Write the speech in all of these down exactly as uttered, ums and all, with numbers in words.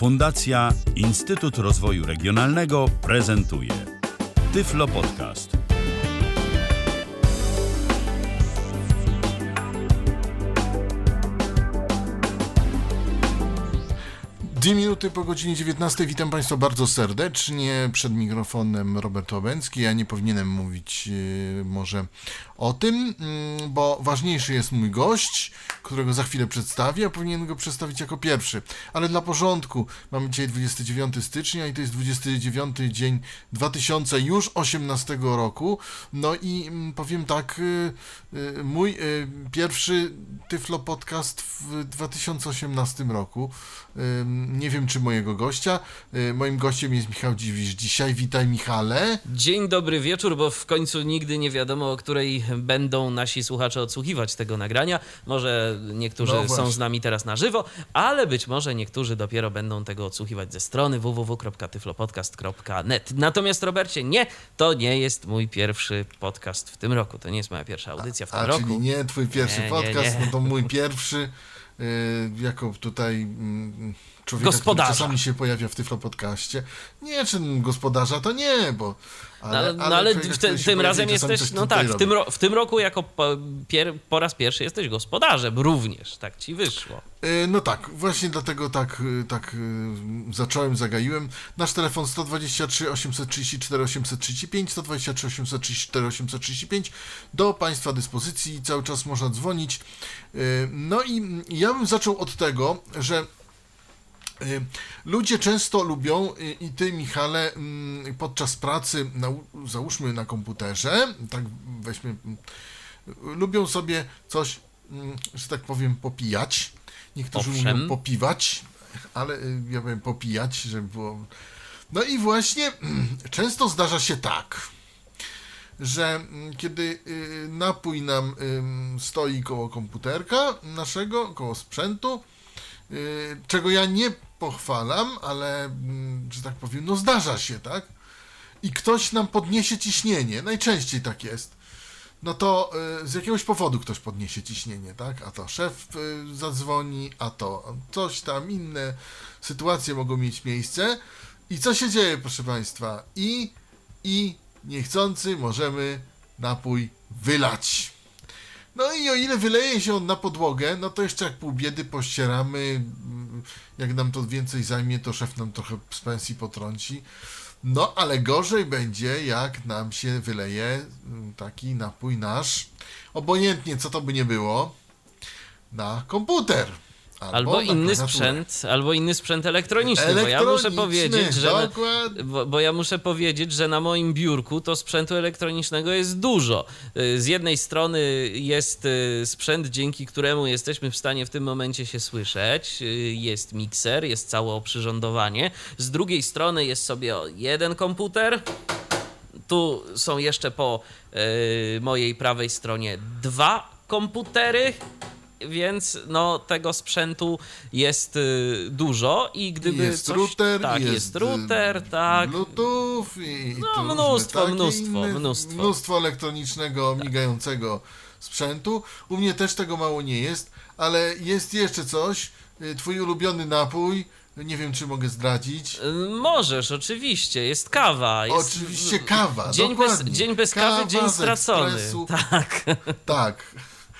Fundacja Instytut Rozwoju Regionalnego prezentuje Tyflo Podcast. Dwie minuty po godzinie dziewiętnastej. Witam Państwa bardzo serdecznie. Przed mikrofonem Robert Łabęcki. Ja nie powinienem mówić yy, może o tym, yy, bo ważniejszy jest mój gość, którego za chwilę przedstawię, a powinien go przedstawić jako pierwszy. Ale dla porządku, mamy dzisiaj dwudziestego dziewiątego stycznia i to jest dwudziesty dziewiąty dzień dwa tysiące osiemnastego roku. No i yy, powiem tak, yy, yy, mój yy, pierwszy Tyflo Podcast w dwa tysiące osiemnastym roku. Yy, Nie wiem, czy mojego gościa. Moim gościem jest Michał Dziwisz dzisiaj. Witaj, Michale. Dzień dobry wieczór, bo w końcu nigdy nie wiadomo, o której będą nasi słuchacze odsłuchiwać tego nagrania. Może niektórzy no są z nami teraz na żywo, ale być może niektórzy dopiero będą tego odsłuchiwać ze strony w w w kropka tyflopodcast kropka net. Natomiast, Robercie, nie, to nie jest mój pierwszy podcast w tym roku. To nie jest moja pierwsza audycja w tym a, a, roku. Czyli nie twój pierwszy nie, podcast, nie, nie. no to mój pierwszy. Yy, jako tutaj yy, człowieka, gospodarza. który czasami się pojawia w Tyflo Podcaście. Nie, czy gospodarza to nie, bo... Ale, ale, no, ale w te, tym razem jesteś, no tak, w tym, ro, w tym roku jako po, pier, po raz pierwszy jesteś gospodarzem również, tak ci wyszło. Yy, no tak, właśnie dlatego tak, tak yy, zacząłem, zagaiłem. Nasz telefon sto dwadzieścia trzy osiemset trzydzieści cztery osiemset trzydzieści pięć, sto dwadzieścia trzy osiemset trzydzieści cztery osiemset trzydzieści pięć, do Państwa dyspozycji, cały czas można dzwonić. Yy, no i ja bym zaczął od tego, że ludzie często lubią, i ty, Michale, podczas pracy, na, załóżmy na komputerze, tak weźmy, lubią sobie coś, że tak powiem, popijać. Niektórzy Owszem. mówią popiwać, ale ja powiem popijać, żeby było... No i właśnie często zdarza się tak, że kiedy napój nam stoi koło komputerka naszego, koło sprzętu, czego ja nie pochwalam, ale, że tak powiem, no zdarza się, tak? I ktoś nam podniesie ciśnienie, najczęściej tak jest. No to z jakiegoś powodu ktoś podniesie ciśnienie, tak? A to szef zadzwoni, a to coś tam, inne sytuacje mogą mieć miejsce. I co się dzieje, proszę Państwa? I, i niechcący możemy napój wylać. No i o ile wyleje się on na podłogę, no to jeszcze jak pół biedy pościeramy, jak nam to więcej zajmie, to szef nam trochę z pensji potrąci. No ale gorzej będzie, jak nam się wyleje taki napój nasz, obojętnie co to by nie było, na komputer. Albo, albo inny sprzęt, albo inny sprzęt elektroniczny, elektroniczny, bo ja muszę powiedzieć, że na, bo, bo ja muszę powiedzieć, że na moim biurku to sprzętu elektronicznego jest dużo. Z jednej strony jest sprzęt, dzięki któremu jesteśmy w stanie w tym momencie się słyszeć, jest mikser, jest całe oprzyrządowanie. Z drugiej strony jest sobie jeden komputer. Tu są jeszcze po y, mojej prawej stronie dwa komputery. Więc no tego sprzętu jest y, dużo i gdyby jest coś... router, tak, jest, jest router, tak. Bluetooth i no, mnóstwo, mnóstwo, inne, mnóstwo. Mnóstwo elektronicznego, tak. migającego sprzętu. U mnie też tego mało nie jest, ale jest jeszcze coś. Twój ulubiony napój, nie wiem, czy mogę zdradzić. Możesz, oczywiście, jest kawa. Jest... Oczywiście kawa, dzień dokładnie. Bez, dzień bez kawa kawy, dzień stracony. Tak. Tak.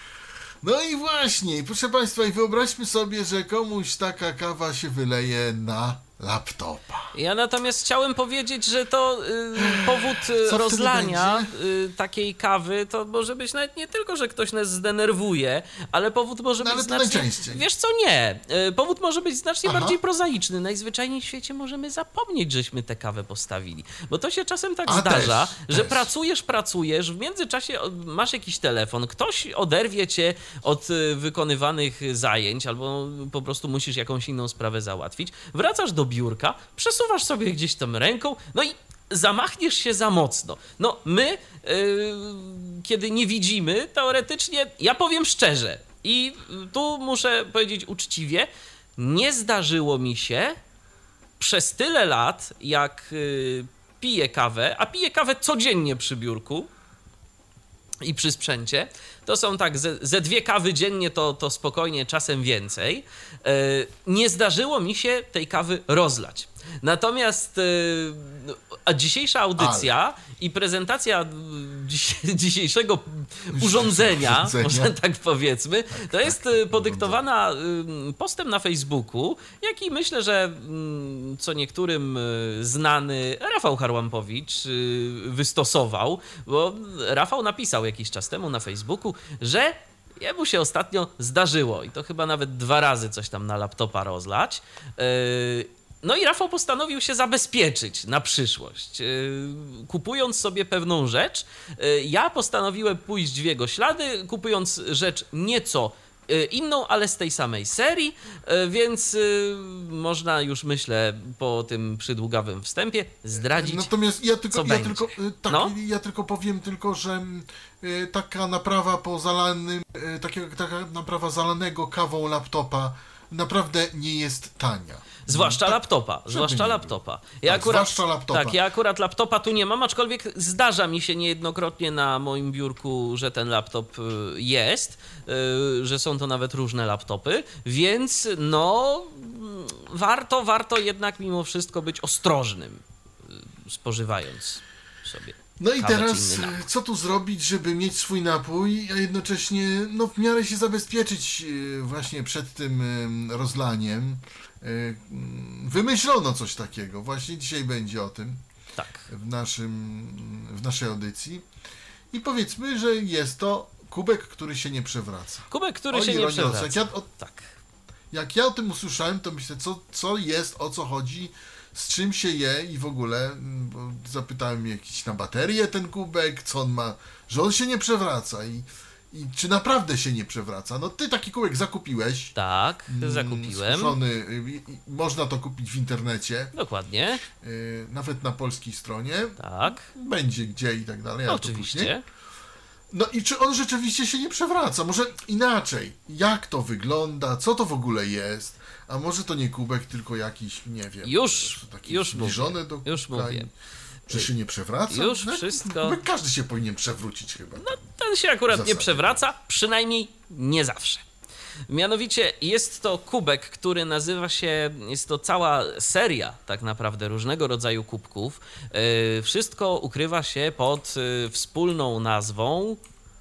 No i właśnie, proszę Państwa, i wyobraźmy sobie, że komuś taka kawa się wyleje na laptopa. Ja natomiast chciałem powiedzieć, że to y, powód y, rozlania y, takiej kawy to może być nawet nie tylko, że ktoś nas zdenerwuje, ale powód może no, być ale znacznie... najczęściej. Wiesz co, nie. Y, powód może być znacznie Aha. bardziej prozaiczny. Najzwyczajniej w świecie możemy zapomnieć, żeśmy tę kawę postawili. Bo to się czasem tak A, zdarza, też, że też. pracujesz, pracujesz, w międzyczasie masz jakiś telefon, ktoś oderwie cię od y, wykonywanych zajęć albo po prostu musisz jakąś inną sprawę załatwić. Wracasz do biurka, przesuwasz sobie gdzieś tam ręką, no i zamachniesz się za mocno. No my, yy, kiedy nie widzimy, teoretycznie, ja powiem szczerze i tu muszę powiedzieć uczciwie, nie zdarzyło mi się przez tyle lat, jak yy, piję kawę, a piję kawę codziennie przy biurku, i przy sprzęcie, to są tak ze, ze dwie kawy dziennie, to, to spokojnie, czasem więcej. Yy, nie zdarzyło mi się tej kawy rozlać. Natomiast yy, a dzisiejsza audycja Ale. i prezentacja dziś, dzisiejszego urządzenia, urządzenia, może tak powiedzmy, tak, to tak, jest tak, podyktowana yy, postem na Facebooku, jaki myślę, że yy, co niektórym yy, znany Rafał Harłampowicz yy, wystosował, bo Rafał napisał jakiś czas temu na Facebooku, że jemu się ostatnio zdarzyło i to chyba nawet dwa razy coś tam na laptopa rozlać. Yy, No i Rafał postanowił się zabezpieczyć na przyszłość. Kupując sobie pewną rzecz, ja postanowiłem pójść w jego ślady, kupując rzecz nieco inną, ale z tej samej serii, więc można już, myślę, po tym przydługawym wstępie zdradzić, Natomiast ja tylko, co ja będzie. Tylko, tak, no? ja tylko powiem tylko, że taka naprawa po zalanym, taka, taka naprawa zalanego kawą laptopa naprawdę nie jest tania. Zwłaszcza tak, laptopa, zwłaszcza laptopa. Ja tak, akurat, zwłaszcza laptopa. Tak, ja akurat laptopa tu nie mam, aczkolwiek zdarza mi się niejednokrotnie na moim biurku, że ten laptop jest, że są to nawet różne laptopy, więc no warto, warto jednak mimo wszystko być ostrożnym, spożywając sobie. No i teraz, co tu zrobić, żeby mieć swój napój, a jednocześnie no, w miarę się zabezpieczyć właśnie przed tym rozlaniem. Wymyślono coś takiego. Właśnie dzisiaj będzie o tym tak. w, naszym, w naszej audycji. I powiedzmy, że jest to kubek, który się nie przewraca. Kubek, który o, się nie przewraca. Jak ja, o, tak. jak ja o tym usłyszałem, to myślę, co, co jest, o co chodzi, z czym się je i w ogóle, bo zapytałem jakiś na baterię ten kubek, co on ma, że on się nie przewraca i, i czy naprawdę się nie przewraca. No ty taki kubek zakupiłeś. Tak, zakupiłem. Skuszony, można to kupić w internecie. Dokładnie. Nawet na polskiej stronie. Tak. Będzie gdzie i tak dalej. Oczywiście. No i czy on rzeczywiście się nie przewraca? Może inaczej. Jak to wygląda? Co to w ogóle jest? A może to nie kubek, tylko jakiś, nie wiem. Już, taki już zbliżony mówię. do Już mówię. Że się nie przewraca? Już no, wszystko. Kubek każdy się powinien przewrócić chyba. No ten się akurat nie przewraca, przynajmniej nie zawsze. Mianowicie jest to kubek, który nazywa się, jest to cała seria tak naprawdę różnego rodzaju kubków. Yy, wszystko ukrywa się pod yy, wspólną nazwą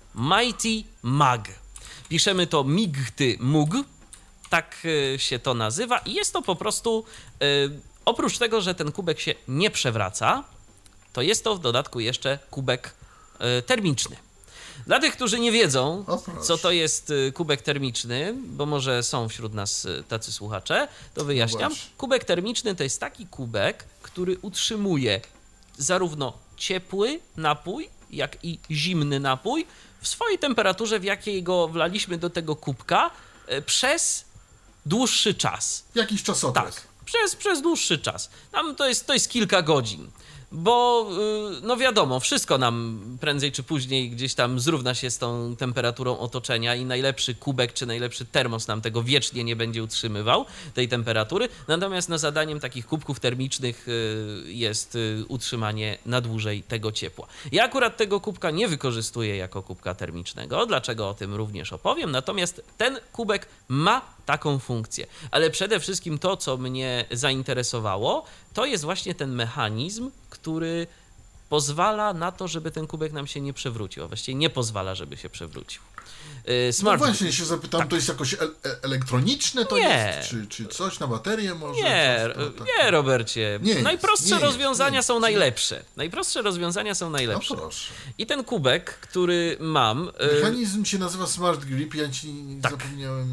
Mighty Mug. Piszemy to Migty Mug, tak yy, się to nazywa i jest to po prostu, yy, oprócz tego, że ten kubek się nie przewraca, to jest to w dodatku jeszcze kubek yy, termiczny. Dla tych, którzy nie wiedzą, co to jest kubek termiczny, bo może są wśród nas tacy słuchacze, to wyjaśniam. Kubek termiczny to jest taki kubek, który utrzymuje zarówno ciepły napój, jak i zimny napój w swojej temperaturze, w jakiej go wlaliśmy do tego kubka przez dłuższy czas. Jakiś czasokres. Tak, przez, przez dłuższy czas. Tam to jest, to jest kilka godzin. Bo, no wiadomo, wszystko nam prędzej czy później gdzieś tam zrówna się z tą temperaturą otoczenia i najlepszy kubek czy najlepszy termos nam tego wiecznie nie będzie utrzymywał, tej temperatury. Natomiast no, zadaniem takich kubków termicznych jest utrzymanie na dłużej tego ciepła. Ja akurat tego kubka nie wykorzystuję jako kubka termicznego, dlaczego o tym również opowiem. Natomiast ten kubek ma taką funkcję. Ale przede wszystkim to, co mnie zainteresowało, to jest właśnie ten mechanizm, który pozwala na to, żeby ten kubek nam się nie przewrócił, a właściwie nie pozwala, żeby się przewrócił. Smart... No właśnie się zapytam, tak. To jest jakoś e- elektroniczne to nie. jest? Czy, czy coś na baterię może? Nie, coś, to, tak... nie Robercie. Nie Najprostsze nie rozwiązania jest, są nie najlepsze. Najprostsze rozwiązania są najlepsze. No proszę. I ten kubek, który mam... Mechanizm się nazywa Smart Grip, ja ci tak. zapomniałem...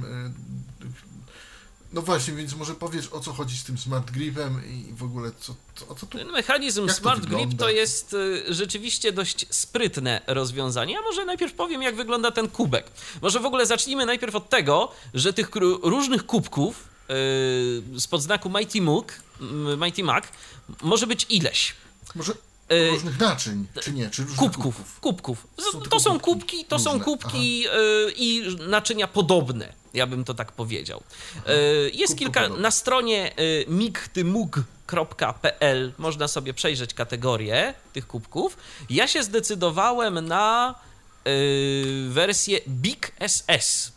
No właśnie, więc może powiesz, o co chodzi z tym Smart Gripem i w ogóle co, co, o co tu... Ten mechanizm Smart to Grip to jest rzeczywiście dość sprytne rozwiązanie. A może najpierw powiem, jak wygląda ten kubek. Może w ogóle zacznijmy najpierw od tego, że tych różnych kubków yy, spod znaku Mighty Mug, Mighty Mug może być ileś. Może... Różnych naczyń, czy nie? Czy różnych kubków. Kubków. kubków. Są to są kubki, to różne. są kubki yy, i naczynia podobne, ja bym to tak powiedział. Yy, jest Kubku kilka, podobne. Na stronie yy, migtymug kropka p l można sobie przejrzeć kategorie tych kubków. Ja się zdecydowałem na wersję Big S S,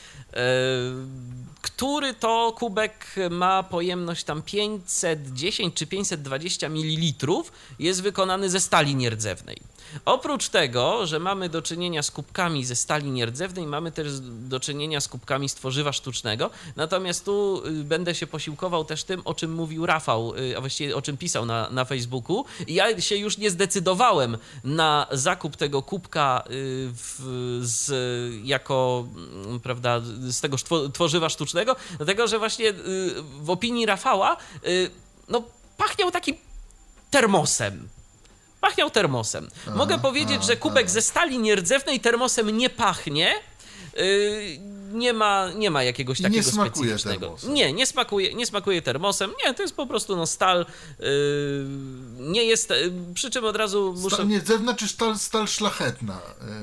który to kubek ma pojemność tam pięćset dziesięć czy pięćset dwadzieścia mililitrów, jest wykonany ze stali nierdzewnej. Oprócz tego, że mamy do czynienia z kubkami ze stali nierdzewnej, mamy też do czynienia z kubkami z tworzywa sztucznego, natomiast tu będę się posiłkował też tym, o czym mówił Rafał, a właściwie o czym pisał na, na Facebooku. Ja się już nie zdecydowałem na zakup tego kubka w, z, jako, prawda, z tego tworzywa sztucznego, dlatego, że właśnie w opinii Rafała no, pachniał takim termosem. Pachniał termosem. Aha, Mogę powiedzieć, aha, że kubek aha. ze stali nierdzewnej termosem nie pachnie. Yy, nie ma, nie ma jakiegoś takiego nie specyficznego. Termosem. Nie, nie smakuje, nie smakuje termosem. Nie, to jest po prostu no, stal. Yy, nie jest. Yy, przy czym od razu muszę. Stal nierdzewna czy stal, stal szlachetna?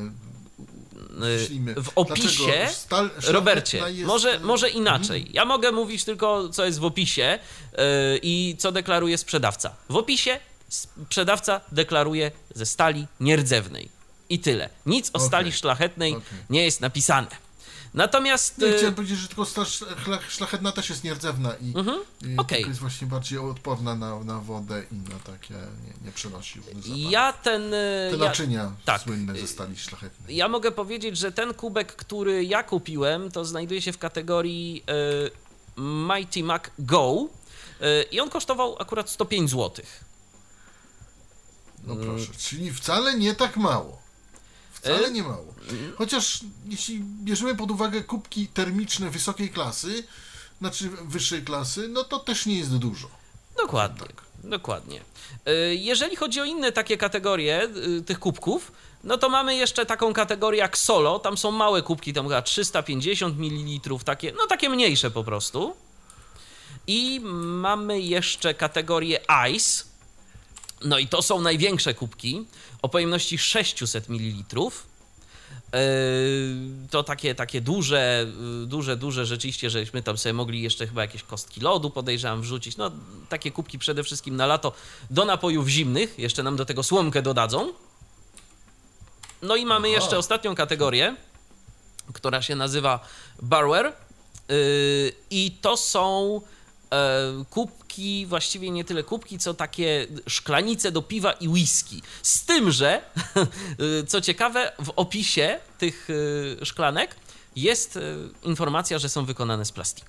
Yy, w opisie, stal Robercie, jest... może, może inaczej. Hmm. Ja mogę mówić tylko, co jest w opisie yy, i co deklaruje sprzedawca. W opisie sprzedawca deklaruje ze stali nierdzewnej. I tyle. Nic o stali okay. szlachetnej okay. nie jest napisane. Natomiast... Nie, chciałem powiedzieć, że tylko stal szlachetna też jest nierdzewna i, mm-hmm. i okay. jest właśnie bardziej odporna na, na wodę i na takie nie, nie przenosi zapachów. Ja ten... Te ja, naczynia tak, słynne ze stali szlachetnej. Ja mogę powiedzieć, że ten kubek, który ja kupiłem, to znajduje się w kategorii y, Mighty Mac Go y, i on kosztował akurat sto pięć złotych. No proszę, czyli wcale nie tak mało. Wcale nie mało. Chociaż jeśli bierzemy pod uwagę kubki termiczne wysokiej klasy, znaczy wyższej klasy, no to też nie jest dużo. Dokładnie, tak. dokładnie. Jeżeli chodzi o inne takie kategorie tych kubków, no to mamy jeszcze taką kategorię jak Solo, tam są małe kubki, tam chyba trzysta pięćdziesiąt mililitrów, takie, no takie mniejsze po prostu. I mamy jeszcze kategorię Ice. No i to są największe kubki o pojemności sześćset mililitrów. Yy, to takie, takie duże, duże, duże rzeczywiście, żeśmy tam sobie mogli jeszcze chyba jakieś kostki lodu, podejrzewam, wrzucić. No takie kubki przede wszystkim na lato do napojów zimnych. Jeszcze nam do tego słomkę dodadzą. No i mamy jeszcze ostatnią kategorię, która się nazywa Barware. Yy, I to są kubki, właściwie nie tyle kubki, co takie szklanice do piwa i whisky. Z tym, że co ciekawe, w opisie tych szklanek jest informacja, że są wykonane z plastiku.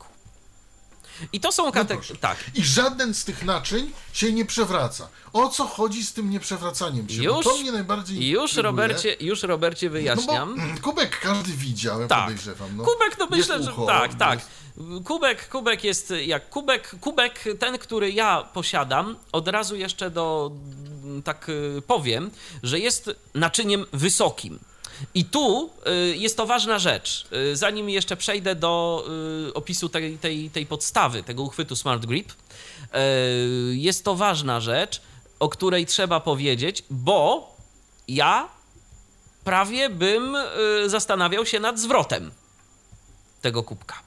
I to są kategorie. No tak. I żaden z tych naczyń się nie przewraca. O co chodzi z tym nieprzewracaniem się? Już, to mnie najbardziej już Robercie, już Robercie wyjaśniam. No bo kubek każdy widział, ja tak. podejrzewam. No, kubek, no myślę, że ucho, tak, tak. Jest... Kubek, kubek jest jak kubek, kubek ten, który ja posiadam, od razu jeszcze do, tak powiem, że jest naczyniem wysokim. I tu jest to ważna rzecz. Zanim jeszcze przejdę do opisu tej, tej, tej podstawy, tego uchwytu Smart Grip, jest to ważna rzecz, o której trzeba powiedzieć, bo ja prawie bym zastanawiał się nad zwrotem tego kubka.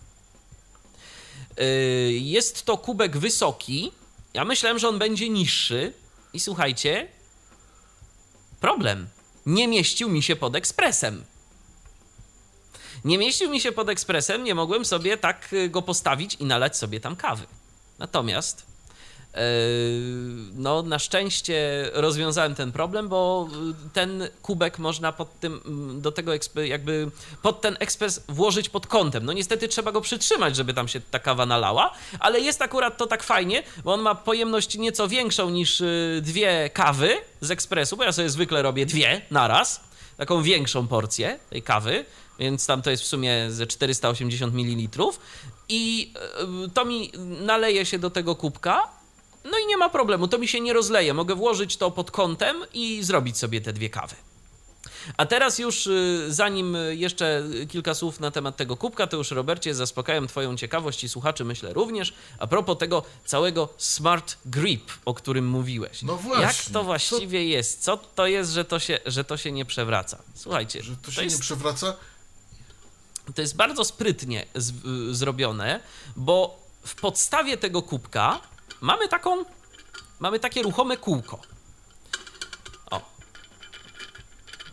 Jest to kubek wysoki. Ja myślałem, że on będzie niższy. I słuchajcie, problem. Nie mieścił mi się pod ekspresem. Nie mieścił mi się pod ekspresem, nie mogłem sobie tak go postawić i nalać sobie tam kawy. Natomiast yy, no na szczęście rozwiązałem ten problem, bo ten kubek można pod tym, do tego jakby pod ten ekspres włożyć pod kątem. No niestety trzeba go przytrzymać, żeby tam się ta kawa nalała, ale jest akurat to tak fajnie, bo on ma pojemność nieco większą niż dwie kawy z ekspresu, bo ja sobie zwykle robię dwie naraz, taką większą porcję tej kawy, więc tam to jest w sumie ze czterysta osiemdziesiąt mililitrów i to mi naleje się do tego kubka, no i nie ma problemu, to mi się nie rozleje, mogę włożyć to pod kątem i zrobić sobie te dwie kawy. A teraz już, zanim jeszcze kilka słów na temat tego kubka, to już Robercie zaspokajam twoją ciekawość i słuchaczy myślę również, a propos tego całego Smart Grip, o którym mówiłeś. No właśnie. Jak to właściwie co? jest? Co to jest, że to się, że to się nie przewraca? Słuchajcie. Że to się to jest, nie przewraca? To jest bardzo sprytnie z, y, zrobione, bo w podstawie tego kubka mamy taką, mamy takie ruchome kółko. O.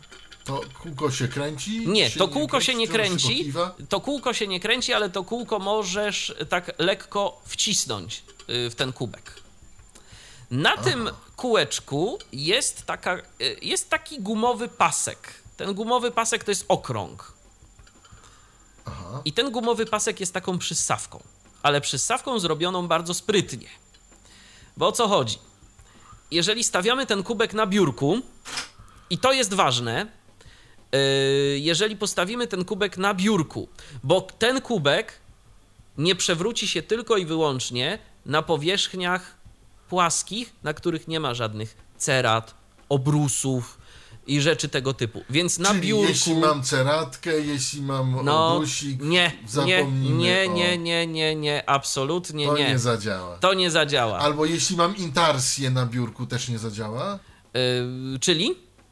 To kółko się kręci? Nie, to nie kółko kręci, się nie czy kręci. Się to kółko się nie kręci, ale to kółko możesz tak lekko wcisnąć w ten kubek. Na Aha. tym kółeczku jest, taka, jest taki gumowy pasek. Ten gumowy pasek to jest okrąg. Aha. I ten gumowy pasek jest taką przyssawką, ale przyssawką zrobioną bardzo sprytnie. Bo o co chodzi? Jeżeli stawiamy ten kubek na biurku, i to jest ważne, jeżeli postawimy ten kubek na biurku, bo ten kubek nie przewróci się tylko i wyłącznie na powierzchniach płaskich, na których nie ma żadnych cerat, obrusów i rzeczy tego typu. Więc na Czyli biurku... jeśli mam ceratkę, jeśli mam no, obrusik, nie, zapomnimy nie, o... nie, nie, nie, nie, absolutnie to nie. To nie zadziała. To nie zadziała. Albo jeśli mam intarsję na biurku, też nie zadziała? Yy, czyli?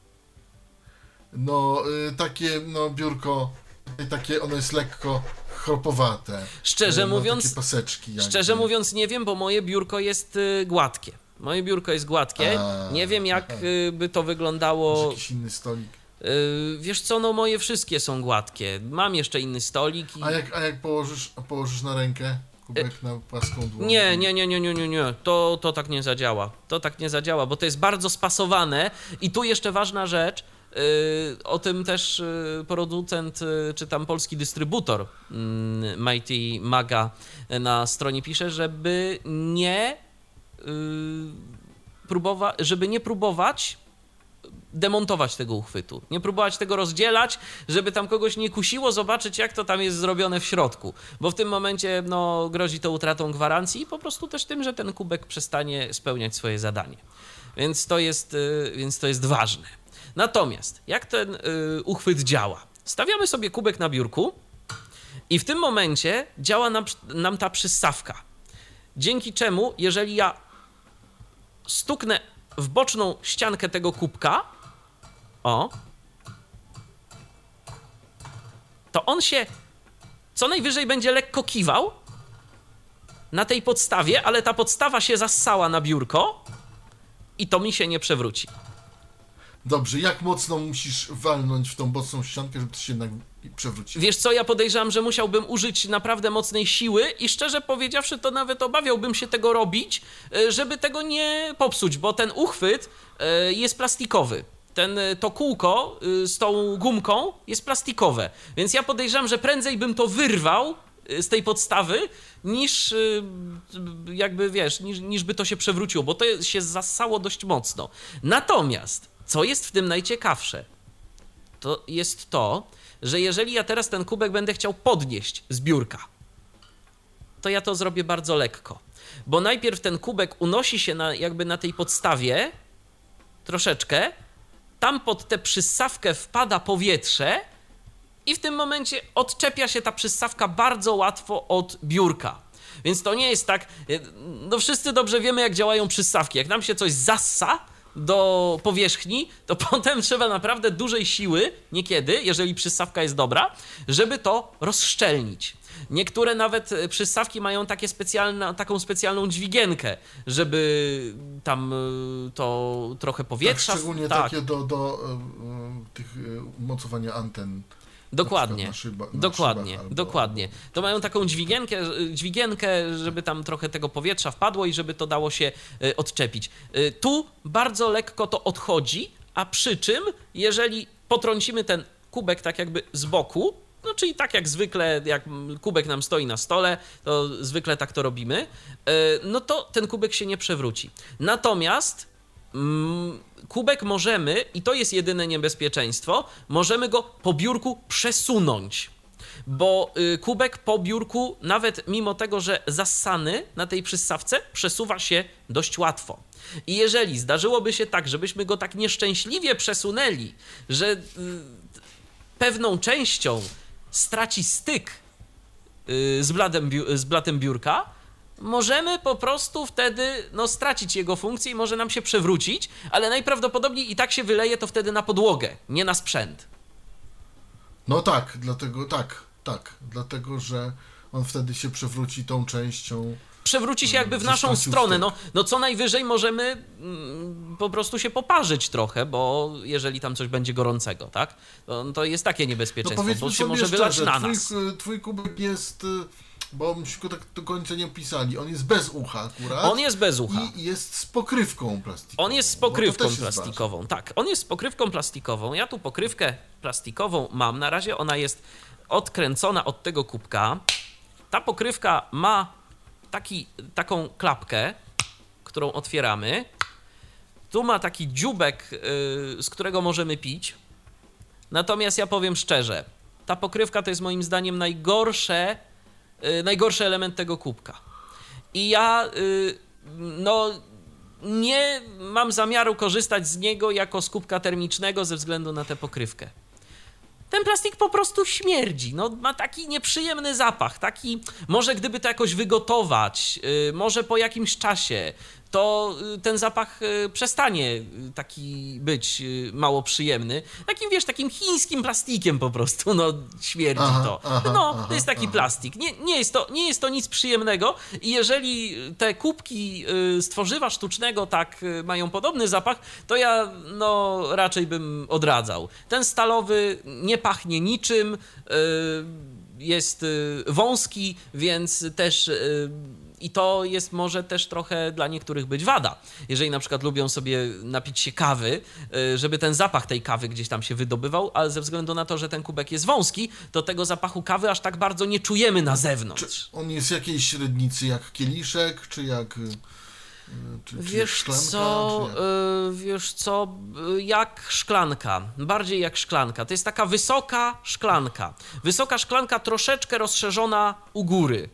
No, y, takie, no, biurko, takie, ono jest lekko chropowate. Szczerze y, mówiąc, takie paseczki. Jakby. Szczerze mówiąc nie wiem, bo moje biurko jest y, gładkie. Moje biurko jest gładkie. A, nie wiem, jak y, by to wyglądało. Masz jakiś inny stolik? Y, wiesz co, no moje wszystkie są gładkie. Mam jeszcze inny stolik. I... A jak, a jak położysz, a położysz na rękę kubek y- na płaską dłoń? Nie, nie, nie, nie, nie, nie, nie. To, to tak nie zadziała. To tak nie zadziała, bo to jest bardzo spasowane. I tu jeszcze ważna rzecz. Yy, o tym też yy, producent, yy, czy tam polski dystrybutor yy, Mighty Maga na stronie pisze, żeby nie yy, próbować, żeby nie próbować demontować tego uchwytu, nie próbować tego rozdzielać, żeby tam kogoś nie kusiło zobaczyć, jak to tam jest zrobione w środku, bo w tym momencie no, grozi to utratą gwarancji i po prostu też tym, że ten kubek przestanie spełniać swoje zadanie. Więc to jest, yy, więc to jest ważne. Natomiast jak ten y, uchwyt działa? Stawiamy sobie kubek na biurku i w tym momencie działa nam, nam ta przyssawka. Dzięki czemu, jeżeli ja stuknę w boczną ściankę tego kubka, o, to on się co najwyżej będzie lekko kiwał na tej podstawie, ale ta podstawa się zassała na biurko i to mi się nie przewróci. Dobrze, jak mocno musisz walnąć w tą boczną ściankę, żeby to się jednak przewróciło? Wiesz co, ja podejrzewam, że musiałbym użyć naprawdę mocnej siły i szczerze powiedziawszy, to nawet obawiałbym się tego robić, żeby tego nie popsuć, bo ten uchwyt jest plastikowy. Ten, to kółko z tą gumką jest plastikowe, więc ja podejrzewam, że prędzej bym to wyrwał z tej podstawy, niż jakby, wiesz, niż, niż by to się przewróciło, bo to się zassało dość mocno. Natomiast co jest w tym najciekawsze, to jest to, że jeżeli ja teraz ten kubek będę chciał podnieść z biurka, to ja to zrobię bardzo lekko, bo najpierw ten kubek unosi się na, jakby na tej podstawie troszeczkę, tam pod tę przyssawkę wpada powietrze i w tym momencie odczepia się ta przyssawka bardzo łatwo od biurka. Więc to nie jest tak, no wszyscy dobrze wiemy, jak działają przyssawki. Jak nam się coś zassa do powierzchni, to potem trzeba naprawdę dużej siły, niekiedy, jeżeli przyssawka jest dobra, żeby to rozszczelnić. Niektóre nawet przyssawki mają takie specjalne, taką specjalną dźwigienkę, żeby tam to trochę powietrza... Tak, szczególnie tak. takie do, do y, tych umocowania anten. Dokładnie, na szyba, na dokładnie, albo... dokładnie. To mają taką dźwigienkę, dźwigienkę, żeby tam trochę tego powietrza wpadło i żeby to dało się odczepić. Tu bardzo lekko to odchodzi, a przy czym, jeżeli potrącimy ten kubek tak jakby z boku, no czyli tak jak zwykle, jak kubek nam stoi na stole, to zwykle tak to robimy, no to ten kubek się nie przewróci. Natomiast mm, kubek możemy, i to jest jedyne niebezpieczeństwo, możemy go po biurku przesunąć, bo kubek po biurku, nawet mimo tego, że zassany na tej przyssawce, przesuwa się dość łatwo. I jeżeli zdarzyłoby się tak, żebyśmy go tak nieszczęśliwie przesunęli, że pewną częścią straci styk z blatem, z blatem biurka, możemy po prostu wtedy no, stracić jego funkcję i może nam się przewrócić, ale najprawdopodobniej i tak się wyleje to wtedy na podłogę, nie na sprzęt. No tak, dlatego tak, tak, dlatego, że on wtedy się przewróci tą częścią przewróci się jakby w naszą stronę. No, no co najwyżej możemy mm, po prostu się poparzyć trochę, bo jeżeli tam coś będzie gorącego, tak? To, to jest takie niebezpieczeństwo, no bo się może szczerze, wylać na nas. Twój, twój kubek jest, bo myśmy go tak do końca nie opisali, on jest bez ucha akurat. On jest bez ucha. I jest z pokrywką plastikową. On jest z pokrywką plastikową, tak. On jest z pokrywką plastikową. Ja tu pokrywkę plastikową mam. Na razie ona jest odkręcona od tego kubka. Ta pokrywka ma taki, taką klapkę, którą otwieramy. Tu ma taki dzióbek, yy, z którego możemy pić. Natomiast ja powiem szczerze, ta pokrywka to jest moim zdaniem najgorsze, yy, najgorszy element tego kubka. I ja, yy, no, nie mam zamiaru korzystać z niego jako z kubka termicznego ze względu na tę pokrywkę. Ten plastik po prostu śmierdzi, no, ma taki nieprzyjemny zapach, taki, może gdyby to jakoś wygotować, yy, może po jakimś czasie, to ten zapach przestanie taki być mało przyjemny. Takim, wiesz, takim chińskim plastikiem po prostu, no, śmierdzi aha, to. Aha, no, aha, to jest taki aha. plastik. Nie, nie, jest to, nie jest to nic przyjemnego i jeżeli te kubki z tworzywa sztucznego tak mają podobny zapach, to ja, no, raczej bym odradzał. Ten stalowy nie pachnie niczym, jest wąski, więc też... I to jest może też trochę dla niektórych być wada. Jeżeli na przykład lubią sobie napić się kawy, żeby ten zapach tej kawy gdzieś tam się wydobywał, ale ze względu na to, że ten kubek jest wąski, to tego zapachu kawy aż tak bardzo nie czujemy na zewnątrz. Czy on jest jakiejś średnicy jak kieliszek, czy jak... Czy, wiesz czy szklanka, co, czy jak? wiesz co, jak szklanka, bardziej jak szklanka. To jest taka wysoka szklanka. Wysoka szklanka troszeczkę rozszerzona u góry.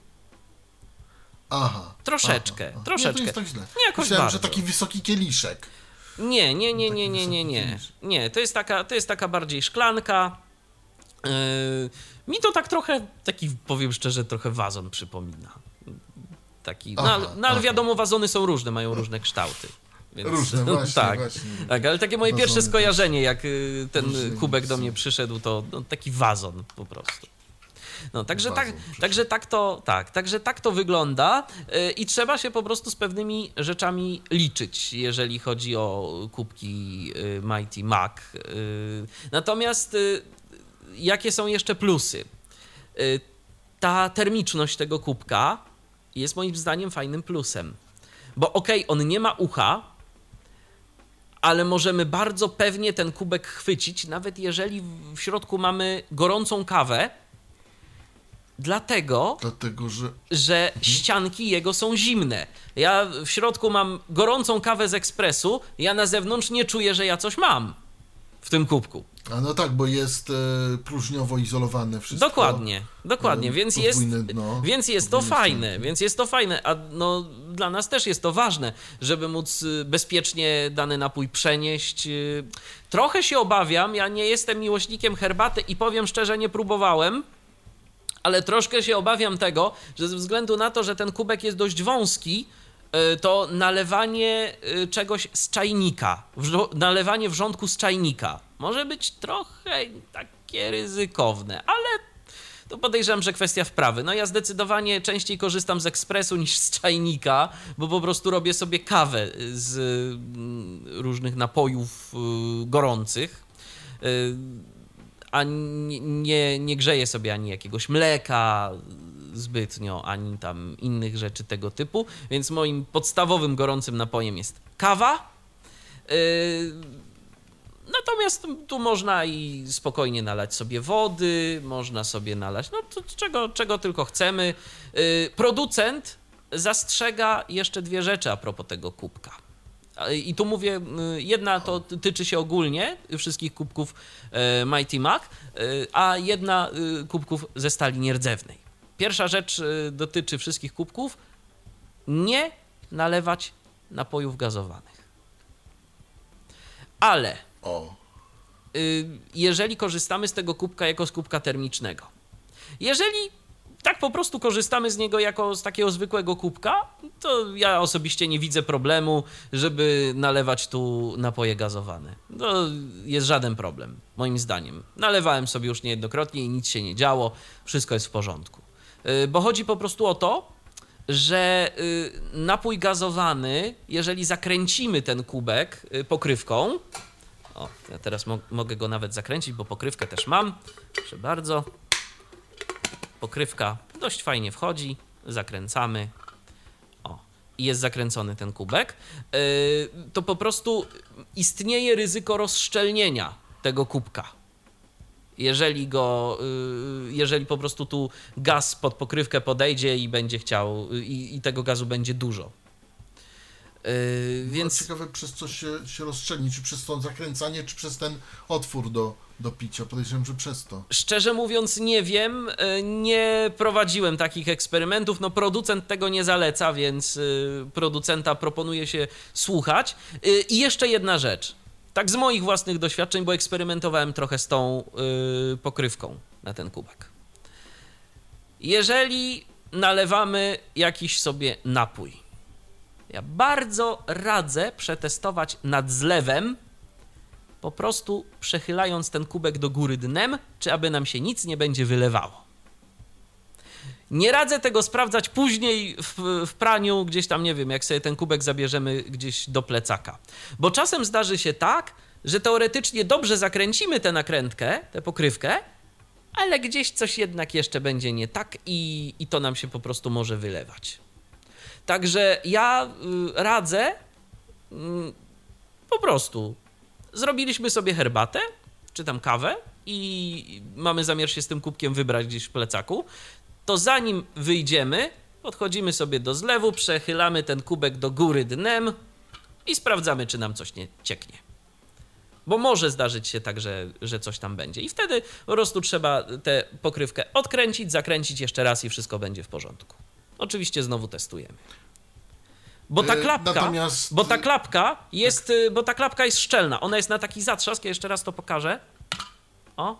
Aha. Troszeczkę, aha, aha. troszeczkę. Nie, to jest tak źle. Nie jakoś Myślałem, bardzo. że taki wysoki kieliszek. Nie, nie, nie, nie, nie, nie, nie. Nie, to jest taka, to jest taka bardziej szklanka. Yy, mi to tak trochę, taki powiem szczerze, trochę wazon przypomina. Taki, aha, no, ale, no, ale wiadomo, wazony są różne, mają różne kształty. Więc, różne, no, właśnie, tak, właśnie. Tak, ale takie moje Wazony pierwsze skojarzenie, też. jak ten różne kubek do są. mnie przyszedł, to no, taki wazon po prostu. No, także, tak, także, tak to, tak, także tak to wygląda yy, i trzeba się po prostu z pewnymi rzeczami liczyć, jeżeli chodzi o kubki yy, Mighty Mac. Yy, natomiast yy, jakie są jeszcze plusy? Yy, ta termiczność tego kubka jest moim zdaniem fajnym plusem, bo okej, okay, on nie ma ucha, ale możemy bardzo pewnie ten kubek chwycić, nawet jeżeli w środku mamy gorącą kawę, Dlatego, Dlatego że... że mhm. ścianki jego są zimne. Ja w środku mam gorącą kawę z ekspresu, ja na zewnątrz nie czuję, że ja coś mam w tym kubku. A no tak, bo jest e, próżniowo izolowane wszystko. Dokładnie, dokładnie, e, więc, jest, dno, więc jest to fajne, ścianki. więc jest to fajne, a no, dla nas też jest to ważne, żeby móc bezpiecznie dany napój przenieść. Trochę się obawiam, ja nie jestem miłośnikiem herbaty i powiem szczerze, nie próbowałem, ale troszkę się obawiam tego, że ze względu na to, że ten kubek jest dość wąski, to nalewanie czegoś z czajnika, nalewanie wrzątku z czajnika może być trochę takie ryzykowne, ale to podejrzewam, że kwestia wprawy. No ja zdecydowanie częściej korzystam z ekspresu niż z czajnika, bo po prostu robię sobie kawę z różnych napojów gorących, a nie, nie, nie grzeję sobie ani jakiegoś mleka zbytnio, ani tam innych rzeczy tego typu, więc moim podstawowym gorącym napojem jest kawa. Yy, natomiast tu można i spokojnie nalać sobie wody, można sobie nalać, no to czego, czego tylko chcemy. Yy, producent zastrzega jeszcze dwie rzeczy a propos tego kubka. I tu mówię, jedna to tyczy się ogólnie wszystkich kubków Mighty Mac, a jedna kubków ze stali nierdzewnej. Pierwsza rzecz dotyczy wszystkich kubków. Nie nalewać napojów gazowanych. Ale o. jeżeli korzystamy z tego kubka jako z kubka termicznego, jeżeli tak po prostu korzystamy z niego jako z takiego zwykłego kubka, to ja osobiście nie widzę problemu, żeby nalewać tu napoje gazowane. To jest żaden problem, moim zdaniem. Nalewałem sobie już niejednokrotnie i nic się nie działo, wszystko jest w porządku. Bo chodzi po prostu o to, że napój gazowany, jeżeli zakręcimy ten kubek pokrywką, o, ja teraz mo- mogę go nawet zakręcić, bo pokrywkę też mam, proszę bardzo, pokrywka dość fajnie wchodzi, zakręcamy, o, i jest zakręcony ten kubek, to po prostu istnieje ryzyko rozszczelnienia tego kubka. Jeżeli go, jeżeli po prostu tu gaz pod pokrywkę podejdzie i będzie chciał, i, i tego gazu będzie dużo. Yy, więc... No, ciekawe, przez co się, się rozszczelni, czy przez to zakręcanie, czy przez ten otwór do, do picia. Podejrzewam, że przez to. Szczerze mówiąc nie wiem, nie prowadziłem takich eksperymentów, no producent tego nie zaleca, więc producenta proponuje się słuchać. I jeszcze jedna rzecz, tak z moich własnych doświadczeń, bo eksperymentowałem trochę z tą yy, pokrywką na ten kubek. Jeżeli nalewamy jakiś sobie napój, ja bardzo radzę przetestować nad zlewem, po prostu przechylając ten kubek do góry dnem, czy aby nam się nic nie będzie wylewało. Nie radzę tego sprawdzać później w, w praniu, gdzieś tam, nie wiem, jak sobie ten kubek zabierzemy gdzieś do plecaka. Bo czasem zdarzy się tak, że teoretycznie dobrze zakręcimy tę nakrętkę, tę pokrywkę, ale gdzieś coś jednak jeszcze będzie nie tak i, i to nam się po prostu może wylewać. Także ja y, radzę y, po prostu zrobiliśmy sobie herbatę, czy tam kawę i mamy zamiar się z tym kubkiem wybrać gdzieś w plecaku, to zanim wyjdziemy, podchodzimy sobie do zlewu, przechylamy ten kubek do góry dnem i sprawdzamy, czy nam coś nie cieknie. Bo może zdarzyć się tak, że, że coś tam będzie. I wtedy po prostu trzeba tę pokrywkę odkręcić, zakręcić jeszcze raz i wszystko będzie w porządku. Oczywiście znowu testujemy. Bo ta klapka, Natomiast... bo ta klapka jest, tak. bo ta klapka jest szczelna. Ona jest na taki zatrzask, ja jeszcze raz to pokażę. O.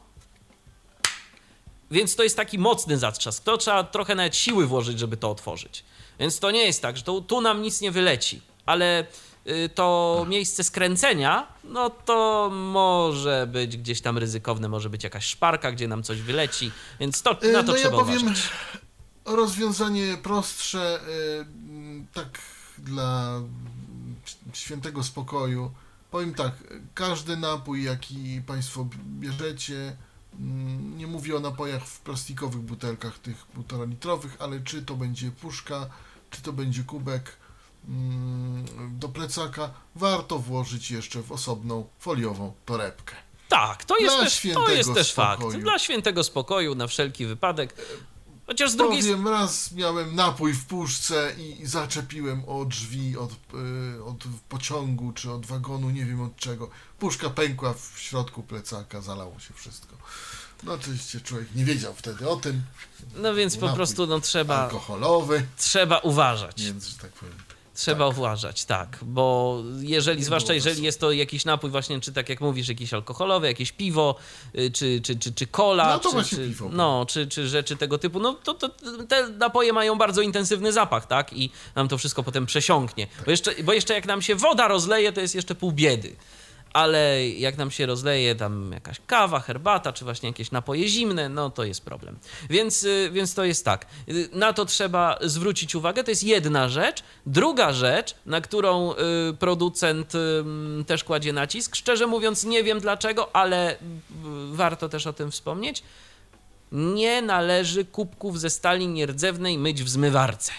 Więc to jest taki mocny zatrzask. To trzeba trochę nawet siły włożyć, żeby to otworzyć. Więc to nie jest tak, że to, tu nam nic nie wyleci. Ale y, to miejsce skręcenia, no to może być gdzieś tam ryzykowne. Może być jakaś szparka, gdzie nam coś wyleci. Więc to, na to no trzeba ja powiem, uważać. Rozwiązanie prostsze, y, tak dla świętego spokoju. Powiem tak, każdy napój, jaki Państwo bierzecie, nie mówię o napojach w plastikowych butelkach, tych półtora litrowych, ale czy to będzie puszka, czy to będzie kubek do plecaka, warto włożyć jeszcze w osobną foliową torebkę. Tak, to jest, też, to jest też fakt. Dla świętego spokoju, na wszelki wypadek. Chociaż z drugiej... Powiem, raz miałem napój w puszce i zaczepiłem o drzwi od, yy, od pociągu, czy od wagonu, nie wiem od czego. Puszka pękła w środku plecaka, zalało się wszystko. No oczywiście człowiek nie wiedział wtedy o tym. No więc po prostu no trzeba... alkoholowy. Trzeba uważać. Więc, że tak powiem... Trzeba tak. uważać, tak, bo jeżeli, nie zwłaszcza jeżeli jest to jakiś napój właśnie, czy tak jak mówisz, jakiś alkoholowy, jakieś piwo, czy, czy, czy, czy cola, no, to czy, właśnie czy, piwo. no, czy, czy rzeczy tego typu, no to, to te napoje mają bardzo intensywny zapach, tak, i nam to wszystko potem przesiąknie, tak. bo, jeszcze, bo jeszcze jak nam się woda rozleje, to jest jeszcze pół biedy. Ale jak nam się rozleje tam jakaś kawa, herbata, czy właśnie jakieś napoje zimne, no to jest problem. Więc, więc to jest tak. Na to trzeba zwrócić uwagę, to jest jedna rzecz. Druga rzecz, na którą producent też kładzie nacisk, szczerze mówiąc nie wiem dlaczego, ale warto też o tym wspomnieć, nie należy kubków ze stali nierdzewnej myć w zmywarce.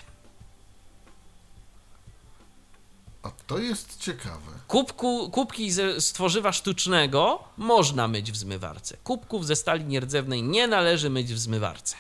A to jest ciekawe. Kubku, kubki ze, z tworzywa sztucznego można myć w zmywarce. Kubków ze stali nierdzewnej nie należy myć w zmywarce.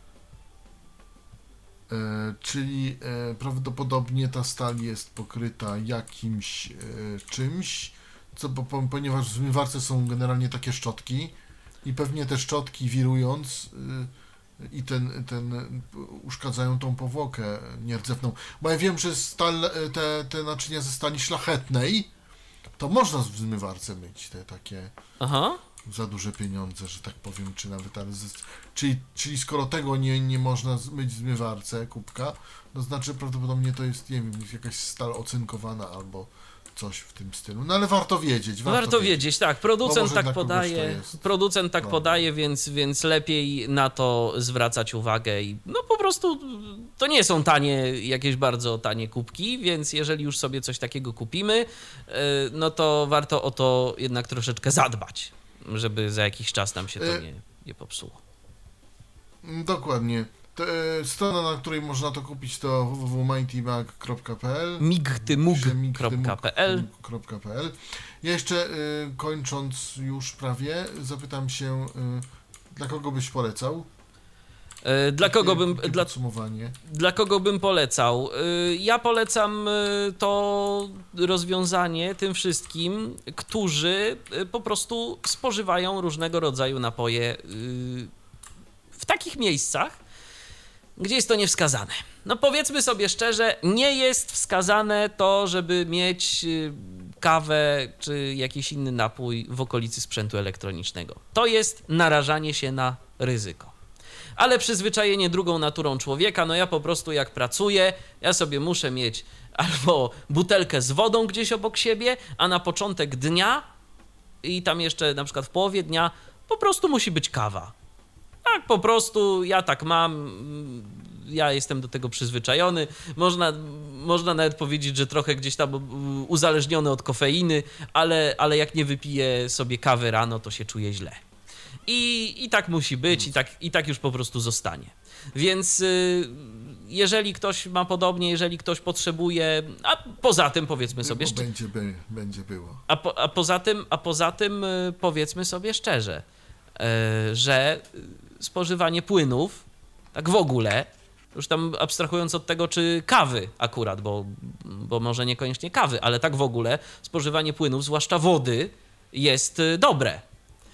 E, czyli e, prawdopodobnie ta stal jest pokryta jakimś e, czymś, co, bo, ponieważ w zmywarce są generalnie takie szczotki i pewnie te szczotki wirując e, i ten, ten uszkadzają tą powłokę nierdzewną. Bo ja wiem, że stal, te, te naczynia ze stali szlachetnej to można w zmywarce myć, te takie Aha. za duże pieniądze, że tak powiem, czy nawet, ale z, czyli, czyli skoro tego nie, nie można myć w zmywarce kubka, to znaczy prawdopodobnie to jest, nie wiem, jakaś stal ocynkowana albo coś w tym stylu. No ale warto wiedzieć. Warto, warto wiedzieć. wiedzieć, tak. Producent tak podaje, producent tak no. podaje, więc, więc lepiej na to zwracać uwagę i no po prostu to nie są tanie, jakieś bardzo tanie kubki, więc jeżeli już sobie coś takiego kupimy, no to warto o to jednak troszeczkę zadbać, żeby za jakiś czas nam się to nie, nie popsuło. Dokładnie. To, e, strona, na której można to kupić, to w w w kropka mightymag kropka p l migtymug kropka p l. Ja jeszcze e, kończąc już prawie, zapytam się, e, dla kogo byś polecał? E, dla, kogo bym, dla, podsumowanie. dla kogo bym polecał? E, ja polecam e, to rozwiązanie tym wszystkim, którzy e, po prostu spożywają różnego rodzaju napoje e, w takich miejscach, gdzie jest to niewskazane. No powiedzmy sobie szczerze, nie jest wskazane to, żeby mieć kawę czy jakiś inny napój w okolicy sprzętu elektronicznego. To jest narażanie się na ryzyko. Ale przyzwyczajenie drugą naturą człowieka, no ja po prostu jak pracuję, ja sobie muszę mieć albo butelkę z wodą gdzieś obok siebie, a na początek dnia i tam jeszcze na przykład w połowie dnia po prostu musi być kawa. Tak, po prostu ja tak mam, ja jestem do tego przyzwyczajony. Można, można nawet powiedzieć, że trochę gdzieś tam uzależniony od kofeiny, ale, ale jak nie wypiję sobie kawy rano, to się czuję źle. I, i tak musi być, i tak, i tak już po prostu zostanie. Więc jeżeli ktoś ma podobnie, jeżeli ktoś potrzebuje, a poza tym powiedzmy sobie szczerze. Będzie, by, będzie było. A, po, a, poza tym, a poza tym powiedzmy sobie szczerze, że spożywanie płynów, tak w ogóle, już tam abstrahując od tego, czy kawy akurat, bo, bo może niekoniecznie kawy, ale tak w ogóle, spożywanie płynów, zwłaszcza wody, jest dobre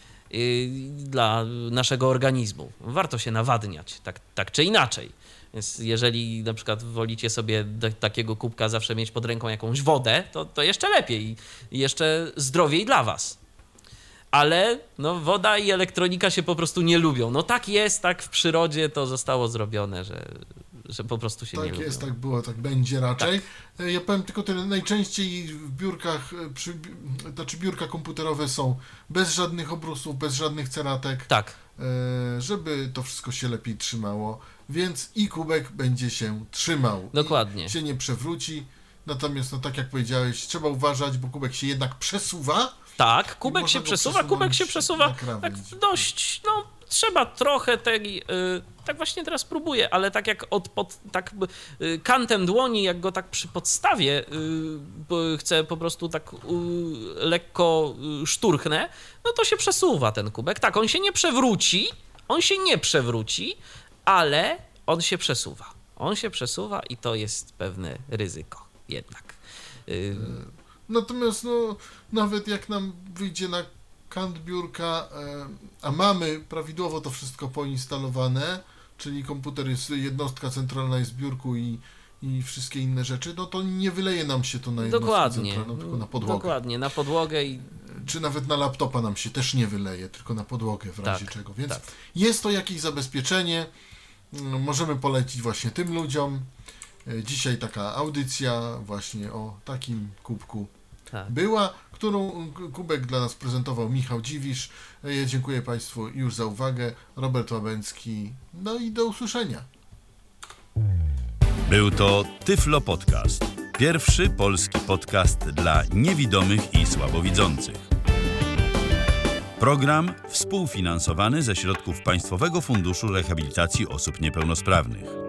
dla naszego organizmu. Warto się nawadniać, tak, tak czy inaczej. Więc jeżeli na przykład wolicie sobie do takiego kubka zawsze mieć pod ręką jakąś wodę, to, to jeszcze lepiej i jeszcze zdrowiej dla was. Ale no, woda i elektronika się po prostu nie lubią. No tak jest, tak w przyrodzie to zostało zrobione, że, że po prostu się tak nie lubią. Tak jest, tak było, tak będzie raczej. Tak. Ja powiem tylko tyle, najczęściej w biurkach, przy, znaczy biurka komputerowe są bez żadnych obrusów, bez żadnych ceratek, tak. żeby to wszystko się lepiej trzymało, więc i kubek będzie się trzymał. Dokładnie. I się nie przewróci, natomiast no tak jak powiedziałeś, trzeba uważać, bo kubek się jednak przesuwa. Tak, kubek się przesuwa, kubek się przesuwa tak dość, no trzeba trochę tej, yy, tak właśnie teraz próbuję, ale tak jak od, pod, tak yy, kantem dłoni, jak go tak przy podstawie yy, chcę po prostu tak yy, lekko yy, szturchnę, no to się przesuwa ten kubek. Tak, on się nie przewróci, on się nie przewróci, ale on się przesuwa. On się przesuwa i to jest pewne ryzyko jednak. Yy, Natomiast no, nawet jak nam wyjdzie na kant biurka, a mamy prawidłowo to wszystko poinstalowane, czyli komputer jest, jednostka centralna jest w biurku i, i wszystkie inne rzeczy, no to nie wyleje nam się to na jednostkę dokładnie, centralną, tylko na podłogę. Dokładnie, na podłogę i... Czy nawet na laptopa nam się też nie wyleje, tylko na podłogę w razie tak, czego. Więc tak. jest to jakieś zabezpieczenie, możemy polecić właśnie tym ludziom. Dzisiaj taka audycja właśnie o takim kubku tak. była, którą kubek dla nas prezentował Michał Dziwisz. Ja dziękuję Państwu już za uwagę. Robert Łabęcki. No i do usłyszenia. Był to Tyflo Podcast. Pierwszy polski podcast dla niewidomych i słabowidzących. Program współfinansowany ze środków Państwowego Funduszu Rehabilitacji Osób Niepełnosprawnych.